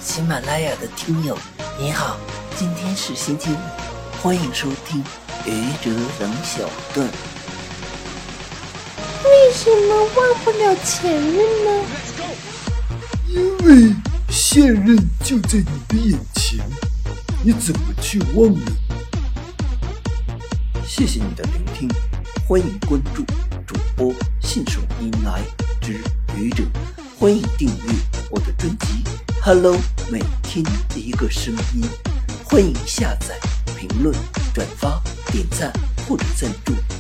喜马拉雅的听友，你好，今天是星期五，欢迎收听愚者冷小段。 为什么忘不了前任呢？ 因为现任就在你的眼前，你怎么去忘呢？ 谢谢你的聆听，欢迎关注主播信手拈来之愚者，欢迎订阅我的专辑 Hello， 每天一个声音，欢迎下载、评论、转发、点赞或者赞助。